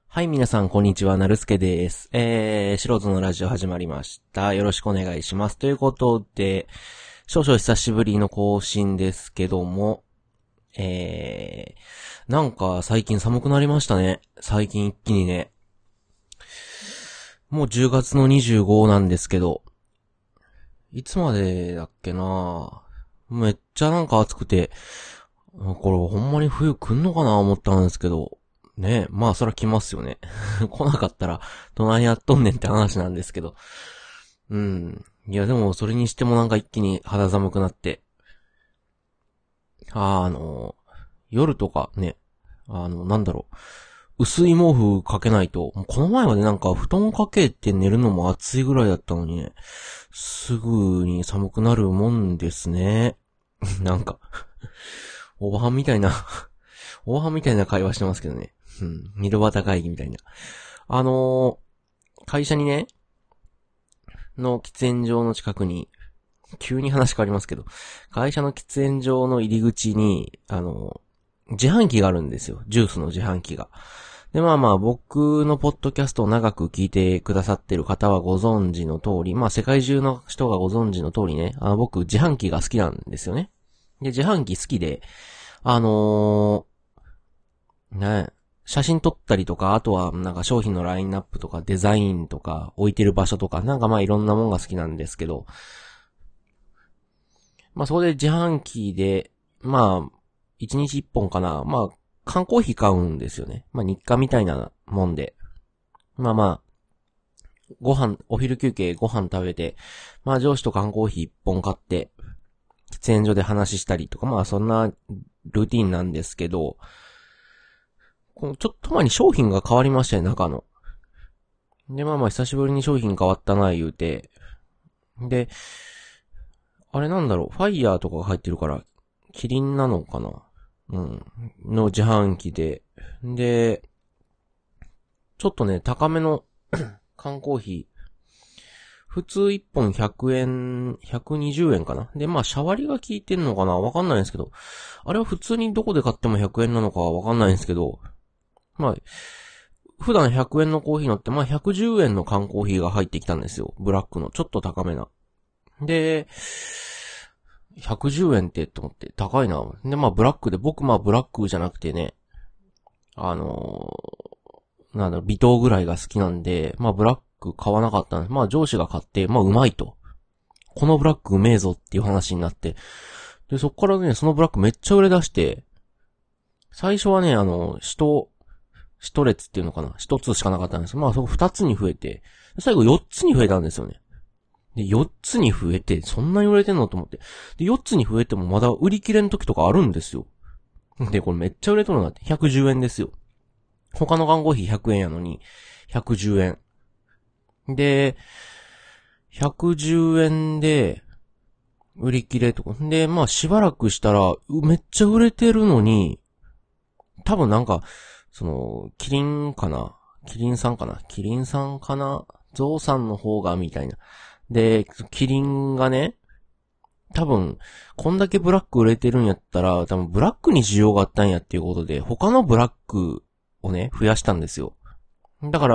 はい、皆さん、こんにちは。なるすけです。素人のラジオ始まりました。よろしくお願いします。ということで、少々久しぶりの更新ですけども、なんか最近寒くなりましたね。最近一気にね。もう10月の25なんですけど、いつまでだっけな。めっちゃなんか暑くて、これほんまに冬来んのかな思ったんですけど、ね、まあそら来ますよね。来なかったら、どないやっとんねんって話なんですけど。うん。いやでもそれにしてもなんか一気に肌寒くなって。夜とかね、なんだろう。薄い毛布かけないと、もうこの前までなんか布団かけて寝るのも暑いぐらいだったのにね、すぐに寒くなるもんですね。なんか、おばはんみたいなおばはんみたいな会話してますけどね。うん。ミルバタ会議みたいな。あの会社にね、の喫煙所の近くに、急に話変わりますけど、会社の喫煙所の入り口に、自販機があるんですよ。ジュースの自販機が。で、まあまあ、僕のポッドキャストを長く聞いてくださってる方はご存知の通り、まあ世界中の人がご存知の通りね、僕自販機が好きなんですよね。で、自販機好きで、ね、写真撮ったりとか、あとはなんか商品のラインナップとかデザインとか置いてる場所とか、なんかまあいろんなもんが好きなんですけど、まあそこで自販機で、まあ、一日一本かな、まあ、缶コーヒー買うんですよね。まあ日課みたいなもんで。まあまあ、お昼休憩ご飯食べて、まあ上司と缶コーヒー一本買って、喫煙所で話したりとか、まあそんなルーティンなんですけど、このちょっと前に商品が変わりましたよ、中の。で、まあまあ久しぶりに商品変わったな、言うて。で、あれなんだろう、ファイヤーとかが入ってるから、キリンなのかなうん。の自販機で。で、ちょっとね、高めの缶コーヒー。普通1本100円、120円かなで、まあ、シャワリが効いてんのかなわかんないんですけど。あれは普通にどこで買っても100円なのかはわかんないんですけど。まあ、普段100円のコーヒーのって、まあ、110円の缶コーヒーが入ってきたんですよ。ブラックの。ちょっと高めな。で、110円ってと思って高いな。で、まあブラックで、僕まあブラックじゃなくてね、あのなんだろ微糖ぐらいが好きなんで、まあブラック買わなかったんです。まあ上司が買って、まあうまいと。このブラックうめえぞっていう話になって。で、そっからね、そのブラックめっちゃ売れ出して、最初はね、一列っていうのかな一つしかなかったんです。まあそこ二つに増えて、最後四つに増えたんですよね。で、4つに増えて、そんなに売れてんのと思って。で、4つに増えてもまだ売り切れん時とかあるんですよ。で、これめっちゃ売れとるなって。110円ですよ。他の缶コーヒー100円やのに、110円。で、110円で、売り切れとか。で、まあしばらくしたら、めっちゃ売れてるのに、多分なんか、キリンかなキリンさんかなキリンさんかなゾウさんの方が、みたいな。で、キリンがね、多分、こんだけブラック売れてるんやったら、多分ブラックに需要があったんやっていうことで、他のブラックをね、増やしたんですよ。だから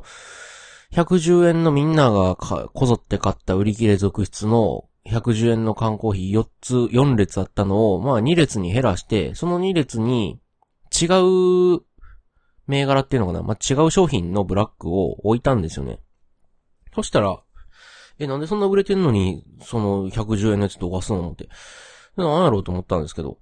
、110円のみんながこぞって買った売り切れ続出の110円の缶コーヒー4つ、4列あったのを、まあ2列に減らして、その2列に違う銘柄っていうのかな、まあ違う商品のブラックを置いたんですよね。そしたら、なんでそんな売れてんのに、その110円のやつとかすの思って。なんやろうと思ったんですけど。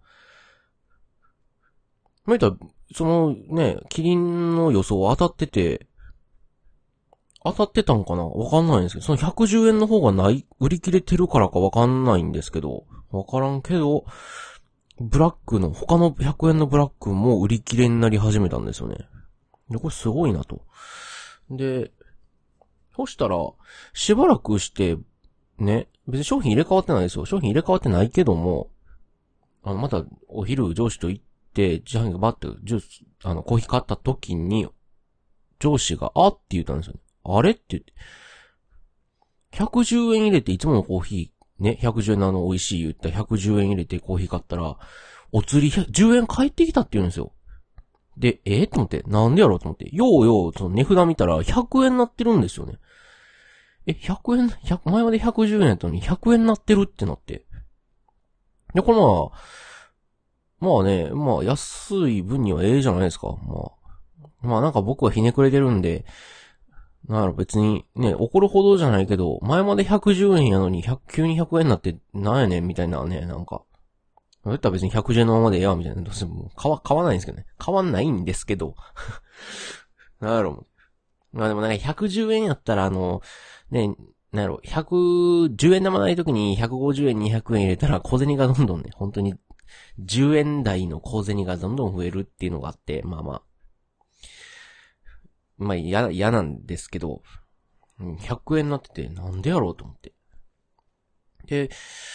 まいたら、そのね、キリンの予想当たってて、当たってたんかなわかんないんですけど、その110円の方がない、売り切れてるからかわかんないんですけど、わからんけど、ブラックの、他の100円のブラックも売り切れになり始めたんですよね。で、これすごいなと。で、そしたら、しばらくして、ね、別に商品入れ替わってないですよ。商品入れ替わってないけども、また、お昼上司と行って、自販機がバッて、ジュース、コーヒー買った時に、上司が、あって言ったんですよね。あれって言って。110円入れていつものコーヒー、ね、110円の美味しい言った110円入れてコーヒー買ったら、お釣り10円返ってきたって言うんですよ。 で、と思って、なんでやろうと思って、ようよう、その値札見たら100円になってるんですよね。100円、前まで110円やったのに100円になってるってなって。で、これまあね、まあ安い分にはじゃないですか。まあなんか僕はひねくれてるんで、なんやろ別にね、怒るほどじゃないけど、前まで110円やのに急に100円になってなんやねんみたいなね、なんか。だったら別に110円のままでや、みたいな。どうしても買わないんですけどね。買わないんですけど。なんやろ。まあでもなんか110円やったらね、なんやろ、110円玉ない時に150円、200円入れたら小銭がどんどんね、本当に10円台の小銭がどんどん増えるっていうのがあって、まあ嫌なんですけど、100円になっててなんでやろうと思って。で、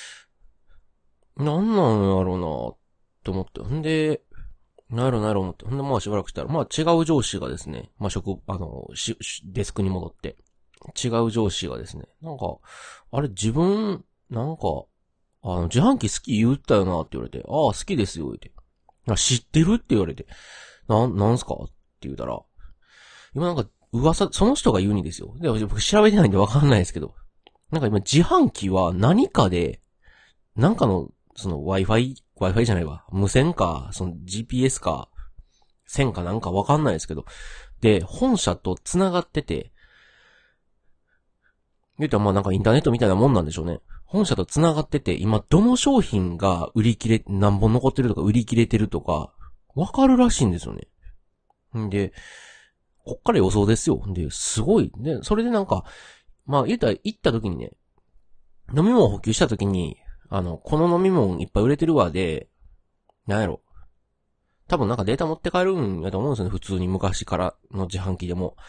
なんなんやろうなと思って。んで、なんやろ思って。ほんでまあしばらくしたら、まあ違う上司がですね、まあデスクに戻って、違う上司がですね、なんか、あれ自分、なんか、自販機好き言ったよなって言われて、ああ、好きですよ、言って。知ってるって言われて、なんすかって言うたら、今なんか、その人が言うにですよ。で、僕調べてないんでわかんないですけど、なんか今自販機は何かで、なんかの、その Wi-Fi じゃないわ。無線か、その GPS か、線かなんかわかんないですけど、で、本社と繋がってて、言うたらまあなんかインターネットみたいなもんなんでしょうね。本社と繋がってて、今どの商品が何本残ってるとか売り切れてるとか、わかるらしいんですよね。んで、こっから予想ですよ。で、すごい。で、それでなんか、まあ言うたら行った時にね、飲み物を補給した時に、この飲み物いっぱい売れてるわで、なんやろ。多分なんかデータ持って帰るんやと思うんですよね。普通に昔からの自販機でも。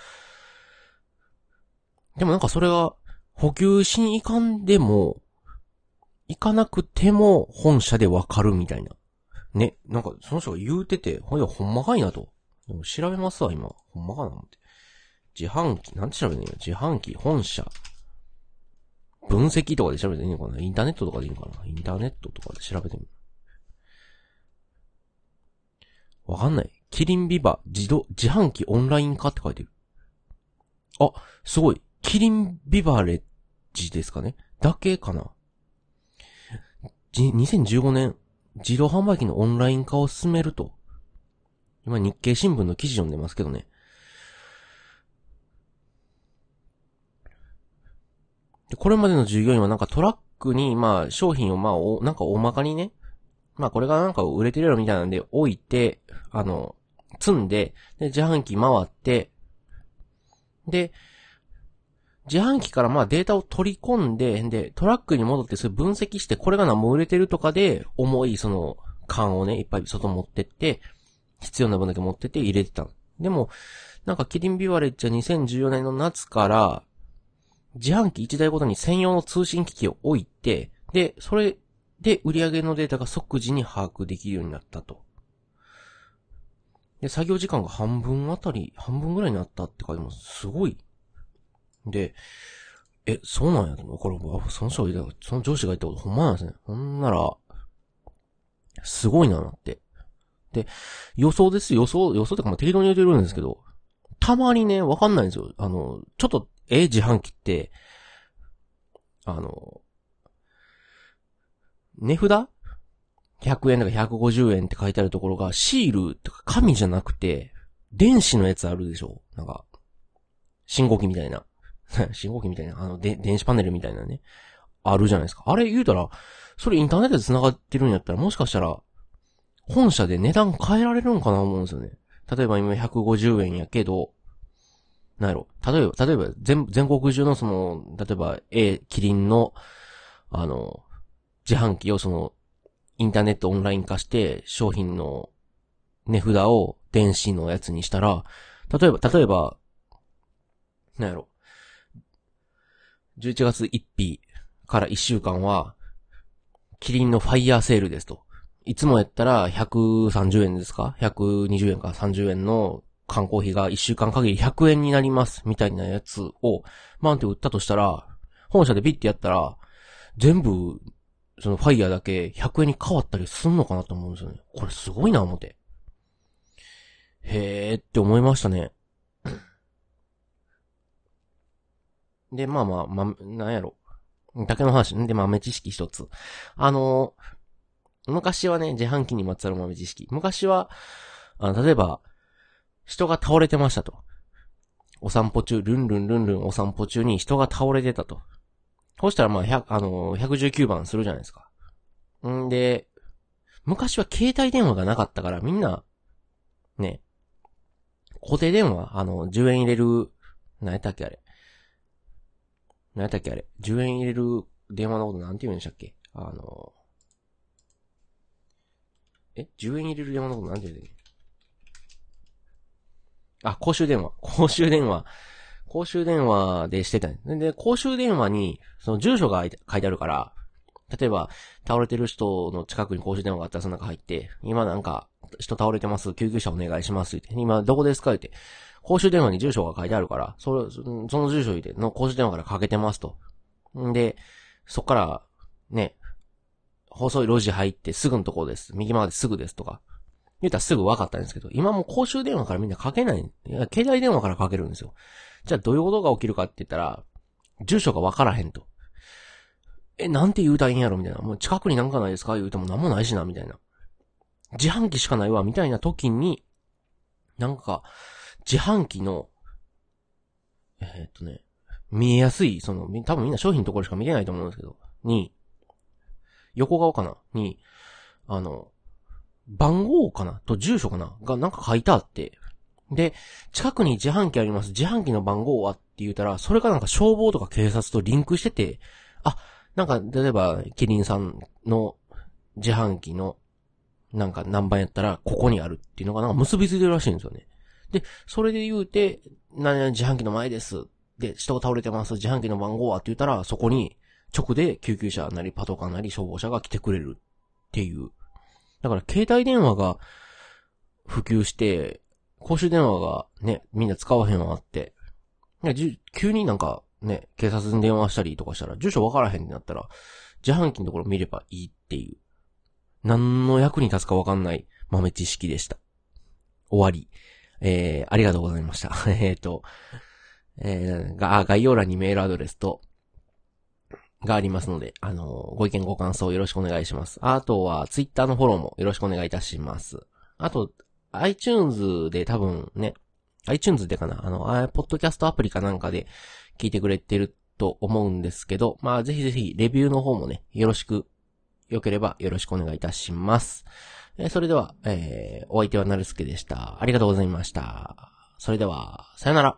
でもなんかそれが、補給しに行かんでも、行かなくても本社でわかるみたいな。ね。なんかその人が言うてて、ほんまかいなと。でも調べますわ、今。ほんまかな思って。自販機、なんて調べてんの？自販機、本社。分析とかで調べていいのかな？インターネットとかでいいのかな？インターネットとかで調べてみる。わかんない。キリンビバ自販機オンライン化って書いてる。あ、すごい。キリンビバレッジですかねだけかな。2015年、自動販売機のオンライン化を進めると。今日経新聞の記事読んでますけどね。でこれまでの従業員はなんかトラックにまあ商品をなんか大まかにね、まあこれがなんか売れてるやろみたいなんで置いて、積んで、で自販機回って、で、自販機からまあデータを取り込んで、で、トラックに戻ってそれ分析してこれが何も売れてるとかで、重いその缶をね、いっぱい外持ってって、必要な分だけ持ってって入れてた。でも、なんかキリンビバレッジは2014年の夏から、自販機1台ごとに専用の通信機器を置いて、で、それで売上のデータが即時に把握できるようになったと。で、作業時間が半分ぐらいになったって書いてます。すごい。で、そうなんやと思う。これ、その上司が言ったことほんまなんですね。ほんなら、すごいなって。で、予想ってかまあ適当に言うてるんですけど、たまにね、わかんないんですよ。ちょっと、自販機って、値札 ?100 円とか150円って書いてあるところが、シールとか紙じゃなくて、電子のやつあるでしょなんか、信号機みたいな。信号機みたいな。電子パネルみたいなね。あるじゃないですか。あれ言うたら、それインターネットで繋がってるんやったら、もしかしたら、本社で値段変えられるんかな思うんですよね。例えば今150円やけど、なんやろ。例えば全国中の例えばキリンの、自販機をインターネットオンライン化して、商品の値札を電子のやつにしたら、例えば、なんやろ。11月1日から1週間は、キリンのファイヤーセールですと。いつもやったら130円ですか ?120 円か30円の缶コーヒーが1週間限り100円になりますみたいなやつをバンって売ったとしたら、本社でビッてやったら、全部、そのファイヤーだけ100円に変わったりすんのかなと思うんですよね。これすごいな思って。 へーって思いましたね。で、なんやろ。だけの話。で、豆知識一つ。昔はね、自販機にまつわる豆知識。昔は、例えば、人が倒れてましたと。お散歩中、ルンルンルンルンお散歩中に人が倒れてたと。そうしたら119番するじゃないですか。んで、昔は携帯電話がなかったからみんな、ね、固定電話、10円入れる、何やったっけあれ。10円入れる電話のことなんて言うんでしたっけ10円入れる電話のことなんて言うんだっけ公衆電話。公衆電話でしてたんです。で、公衆電話に、その住所が書いてあるから、例えば、倒れてる人の近くに公衆電話があったらその中入って、今なんか、人倒れてます、救急車お願いしますって、今どこですかって、公衆電話に住所が書いてあるから、その住所での公衆電話からかけてますと。んで、そっから、ね、細い路地入ってすぐのところです。右回ですぐですとか。言ったらすぐ分かったんですけど、今も公衆電話からみんなかけない。いや、携帯電話からかけるんですよ。じゃあどういうことが起きるかって言ったら、住所が分からへんと。なんて言うたらいいんやろみたいな。もう近くになんかないですか言うてもなんもないしな、みたいな。自販機しかないわ、みたいな時に、なんか、自販機の、見えやすい、多分みんな商品のところしか見てないと思うんですけど、横顔かなに、番号かなと住所かながなんか書いてあって、で、近くに自販機あります。自販機の番号はって言ったら、それがなんか消防とか警察とリンクしてて、なんか、例えば、キリンさんの自販機の、なんか何番やったら、ここにあるっていうのがなんか結びついてるらしいんですよね。で、それで言うて、何々自販機の前です。で、人が倒れてます。自販機の番号はって言ったら、そこに直で救急車なりパトカーなり消防車が来てくれるっていう。だから携帯電話が普及して、公衆電話がね、みんな使わへんわって。急になんかね、警察に電話したりとかしたら、住所わからへんってなったら、自販機のところ見ればいいっていう。何の役に立つかわかんない豆知識でした。終わり。ありがとうございました。概要欄にメールアドレスと、がありますので、ご意見ご感想よろしくお願いします。あとは、ツイッターのフォローもよろしくお願いいたします。あと、iTunes で多分ね、iTunes でかなポッドキャストアプリかなんかで聞いてくれてると思うんですけど、ぜひぜひ、レビューの方もね、よければよろしくお願いいたします。それでは、お相手はなるすけでした。ありがとうございました。それでは、さよなら。